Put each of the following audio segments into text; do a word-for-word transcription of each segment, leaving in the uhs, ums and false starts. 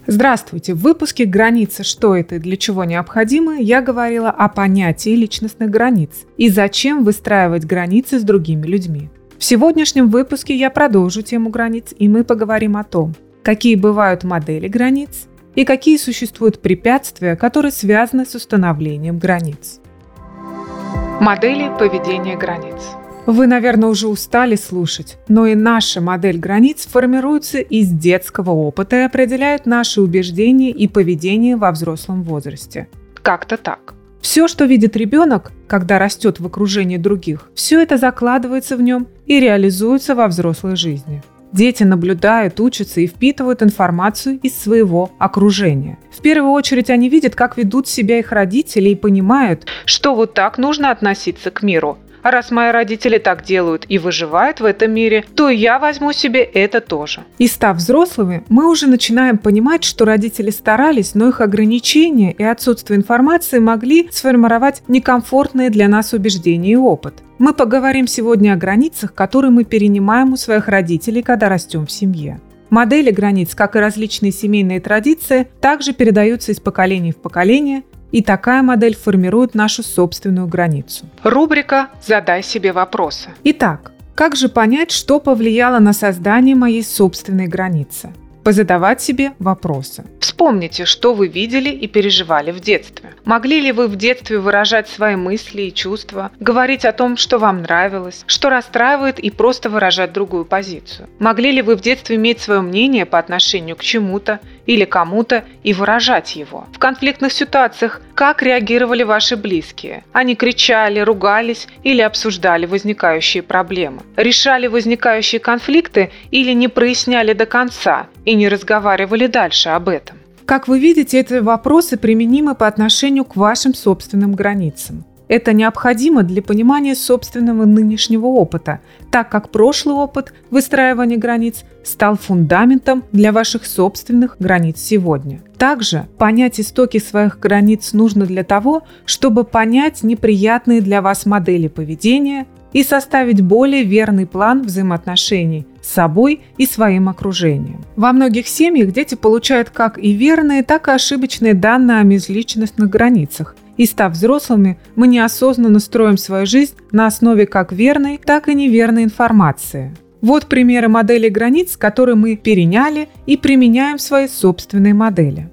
Здравствуйте! В выпуске «Границы. Что это и для чего необходимо» я говорила о понятии личностных границ и зачем выстраивать границы с другими людьми. В сегодняшнем выпуске я продолжу тему границ, и мы поговорим о том, какие бывают модели границ и какие существуют препятствия, которые связаны с установлением границ. Модели поведения границ. Вы, наверное, уже устали слушать, но и наша модель границ формируется из детского опыта и определяет наши убеждения и поведение во взрослом возрасте. Как-то так. Все, что видит ребенок, когда растет в окружении других, все это закладывается в нем и реализуется во взрослой жизни. Дети наблюдают, учатся и впитывают информацию из своего окружения. В первую очередь они видят, как ведут себя их родители, и понимают, что вот так нужно относиться к миру. А раз мои родители так делают и выживают в этом мире, то и я возьму себе это тоже. И став взрослыми, мы уже начинаем понимать, что родители старались, но их ограничения и отсутствие информации могли сформировать некомфортные для нас убеждения и опыт. Мы поговорим сегодня о границах, которые мы перенимаем у своих родителей, когда растем в семье. Модели границ, как и различные семейные традиции, также передаются из поколения в поколение, и такая модель формирует нашу собственную границу. Рубрика «Задай себе вопросы». Итак, как же понять, что повлияло на создание моей собственной границы? Позадавать себе вопросы. Вспомните, что вы видели и переживали в детстве. Могли ли вы в детстве выражать свои мысли и чувства, говорить о том, что вам нравилось, что расстраивает, и просто выражать другую позицию? Могли ли вы в детстве иметь свое мнение по отношению к чему-то или кому-то и выражать его? В конфликтных ситуациях как реагировали ваши близкие? Они кричали, ругались или обсуждали возникающие проблемы? Решали возникающие конфликты или не проясняли до конца и не разговаривали дальше об этом? Как вы видите, эти вопросы применимы по отношению к вашим собственным границам. Это необходимо для понимания собственного нынешнего опыта, так как прошлый опыт выстраивания границ стал фундаментом для ваших собственных границ сегодня. Также понять истоки своих границ нужно для того, чтобы понять неприятные для вас модели поведения и составить более верный план взаимоотношений с собой и своим окружением. Во многих семьях дети получают как и верные, так и ошибочные данные о межличностных границах. И став взрослыми, мы неосознанно строим свою жизнь на основе как верной, так и неверной информации. Вот примеры моделей границ, которые мы переняли и применяем в своей собственной модели.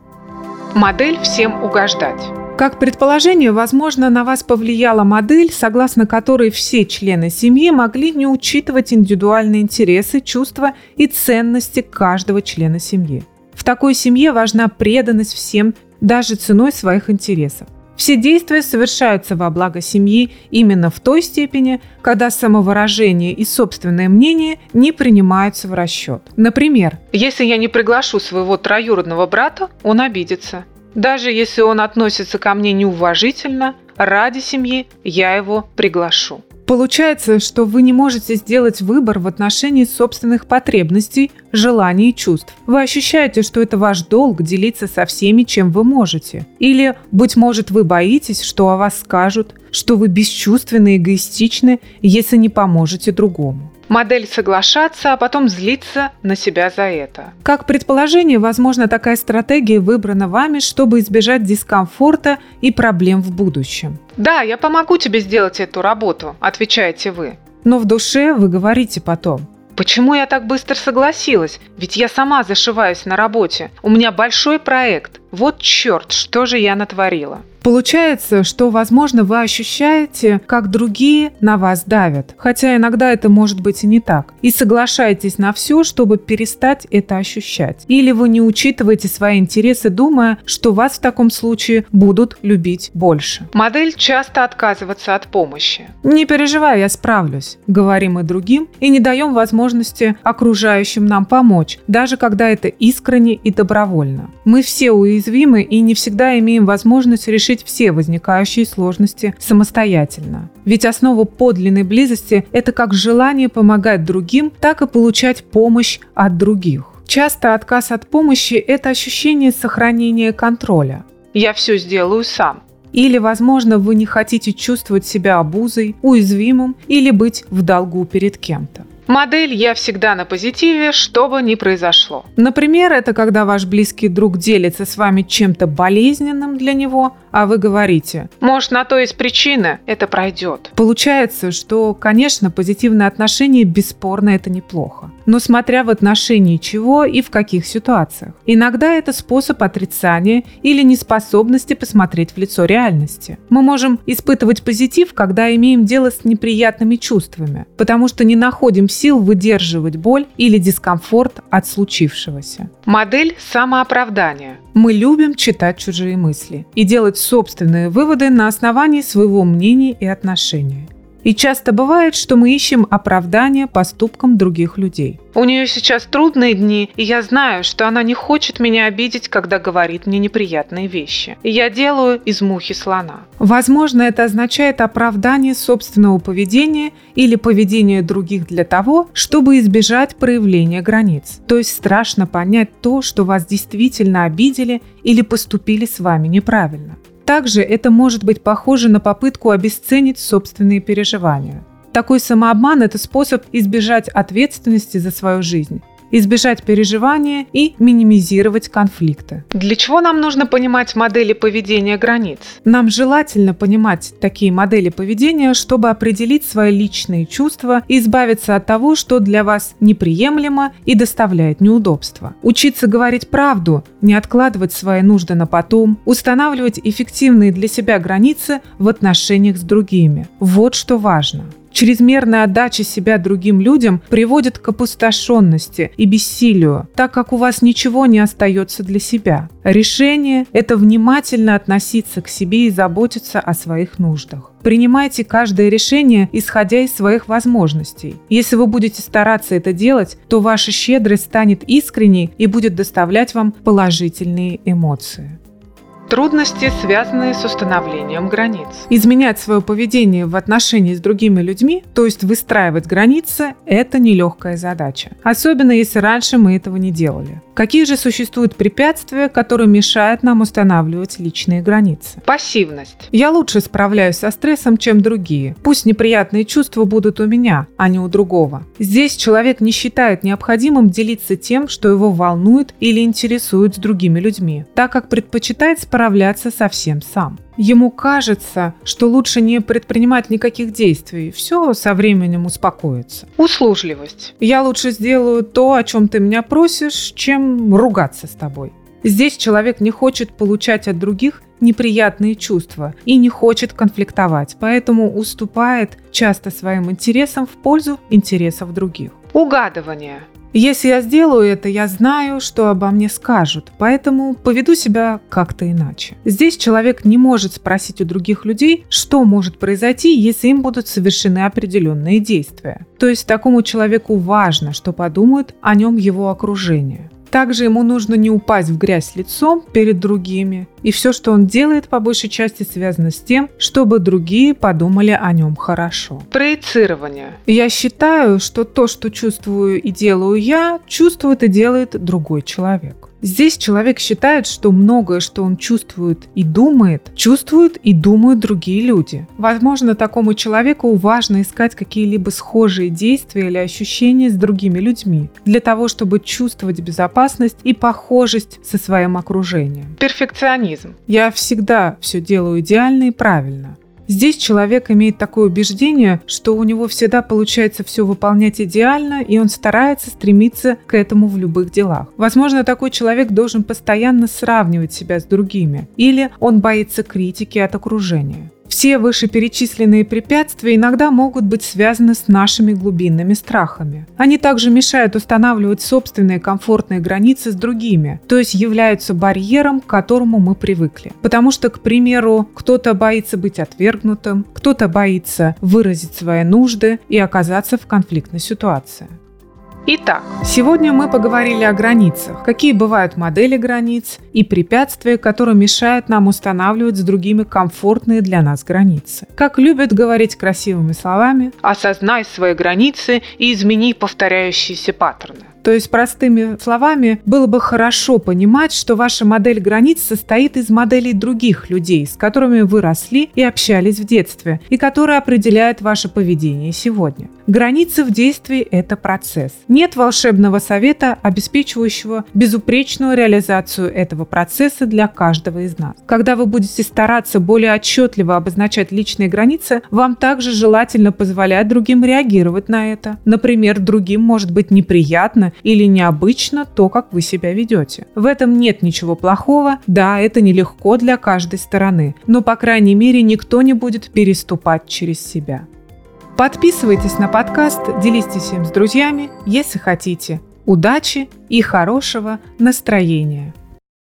Модель «всем угождать». Как предположение, возможно, на вас повлияла модель, согласно которой все члены семьи могли не учитывать индивидуальные интересы, чувства и ценности каждого члена семьи. В такой семье важна преданность всем, даже ценой своих интересов. Все действия совершаются во благо семьи именно в той степени, когда самовыражение и собственное мнение не принимаются в расчет. Например, если я не приглашу своего троюродного брата, он обидится. Даже если он относится ко мне неуважительно, ради семьи я его приглашу. Получается, что вы не можете сделать выбор в отношении собственных потребностей, желаний и чувств. Вы ощущаете, что это ваш долг делиться со всеми, чем вы можете. Или, быть может, вы боитесь, что о вас скажут, что вы бесчувственны и эгоистичны, если не поможете другому. Модель соглашаться, а потом злиться на себя за это. Как предположение, возможно, такая стратегия выбрана вами, чтобы избежать дискомфорта и проблем в будущем. «Да, я помогу тебе сделать эту работу», – отвечаете вы. Но в душе вы говорите потом: «Почему я так быстро согласилась? Ведь я сама зашиваюсь на работе. У меня большой проект. Вот черт, что же я натворила». Получается, что, возможно, вы ощущаете, как другие на вас давят, хотя иногда это может быть и не так, и соглашаетесь на все, чтобы перестать это ощущать. Или вы не учитываете свои интересы, думая, что вас в таком случае будут любить больше. Модель часто отказываться от помощи. «Не переживай, я справлюсь», — говорим мы другим и не даем возможности окружающим нам помочь, даже когда это искренне и добровольно. Мы все уязвимы и не всегда имеем возможность решить все возникающие сложности самостоятельно. Ведь основа подлинной близости – это как желание помогать другим, так и получать помощь от других. Часто отказ от помощи – это ощущение сохранения контроля. «Я все сделаю сам». Или, возможно, вы не хотите чувствовать себя обузой, уязвимым или быть в долгу перед кем-то. Модель «я всегда на позитиве, что бы ни произошло». Например, это когда ваш близкий друг делится с вами чем-то болезненным для него, а вы говорите: «Может, на то есть причина, это пройдет». Получается, что, конечно, позитивные отношения бесспорно это неплохо. Но смотря в отношении чего и в каких ситуациях. Иногда это способ отрицания или неспособности посмотреть в лицо реальности. Мы можем испытывать позитив, когда имеем дело с неприятными чувствами, потому что не находим сил выдерживать боль или дискомфорт от случившегося. Модель самооправдания. Мы любим читать чужие мысли и делать собственные выводы на основании своего мнения и отношения. И часто бывает, что мы ищем оправдания поступкам других людей. У нее сейчас трудные дни, и я знаю, что она не хочет меня обидеть, когда говорит мне неприятные вещи. И я делаю из мухи слона. Возможно, это означает оправдание собственного поведения или поведения других для того, чтобы избежать проявления границ. То есть страшно понять то, что вас действительно обидели или поступили с вами неправильно. Также это может быть похоже на попытку обесценить собственные переживания. Такой самообман – это способ избежать ответственности за свою жизнь, избежать переживания и минимизировать конфликты. Для чего нам нужно понимать модели поведения границ? Нам желательно понимать такие модели поведения, чтобы определить свои личные чувства и избавиться от того, что для вас неприемлемо и доставляет неудобства. Учиться говорить правду, не откладывать свои нужды на потом, устанавливать эффективные для себя границы в отношениях с другими. Вот что важно. Чрезмерная отдача себя другим людям приводит к опустошенности и бессилию, так как у вас ничего не остается для себя. Решение – это внимательно относиться к себе и заботиться о своих нуждах. Принимайте каждое решение, исходя из своих возможностей. Если вы будете стараться это делать, то ваша щедрость станет искренней и будет доставлять вам положительные эмоции. Трудности, связанные с установлением границ. Изменять свое поведение в отношении с другими людьми, то есть выстраивать границы, это нелегкая задача. Особенно если раньше мы этого не делали. Какие же существуют препятствия, которые мешают нам устанавливать личные границы? Пассивность. Я лучше справляюсь со стрессом, чем другие. Пусть неприятные чувства будут у меня, а не у другого. Здесь человек не считает необходимым делиться тем, что его волнует или интересует с другими людьми, так как предпочитает справляться совсем сам. Ему кажется, что лучше не предпринимать никаких действий, все со временем успокоится. Услужливость. Я лучше сделаю то, о чем ты меня просишь, чем ругаться с тобой. Здесь человек не хочет получать от других неприятные чувства и не хочет конфликтовать, поэтому уступает часто своим интересам в пользу интересов других. Угадывание. Если я сделаю это, я знаю, что обо мне скажут, поэтому поведу себя как-то иначе. Здесь человек не может спросить у других людей, что может произойти, если им будут совершены определенные действия. То есть такому человеку важно, что подумают о нем его окружение. Также ему нужно не упасть в грязь лицом перед другими, и все, что он делает, по большей части связано с тем, чтобы другие подумали о нем хорошо. Проецирование. Я считаю, что то, что чувствую и делаю я, чувствует и делает другой человек. Здесь человек считает, что многое, что он чувствует и думает, чувствуют и думают другие люди. Возможно, такому человеку важно искать какие-либо схожие действия или ощущения с другими людьми, для того, чтобы чувствовать безопасность и похожесть со своим окружением. Перфекционизм. Я всегда все делаю идеально и правильно. Здесь человек имеет такое убеждение, что у него всегда получается все выполнять идеально, и он старается стремиться к этому в любых делах. Возможно, такой человек должен постоянно сравнивать себя с другими, или он боится критики от окружения. Все вышеперечисленные препятствия иногда могут быть связаны с нашими глубинными страхами. Они также мешают устанавливать собственные комфортные границы с другими, то есть являются барьером, к которому мы привыкли. Потому что, к примеру, кто-то боится быть отвергнутым, кто-то боится выразить свои нужды и оказаться в конфликтной ситуации. Итак, сегодня мы поговорили о границах, какие бывают модели границ и препятствия, которые мешают нам устанавливать с другими комфортные для нас границы. Как любят говорить красивыми словами: «Осознай свои границы и измени повторяющиеся паттерны». То есть, простыми словами, было бы хорошо понимать, что ваша модель границ состоит из моделей других людей, с которыми вы росли и общались в детстве, и которые определяют ваше поведение сегодня. Границы в действии – это процесс. Нет волшебного совета, обеспечивающего безупречную реализацию этого процесса для каждого из нас. Когда вы будете стараться более отчетливо обозначать личные границы, вам также желательно позволять другим реагировать на это. Например, другим может быть неприятно или необычно то, как вы себя ведете. В этом нет ничего плохого, да, это нелегко для каждой стороны, но, по крайней мере, никто не будет переступать через себя. Подписывайтесь на подкаст, делитесь им с друзьями, если хотите. Удачи и хорошего настроения!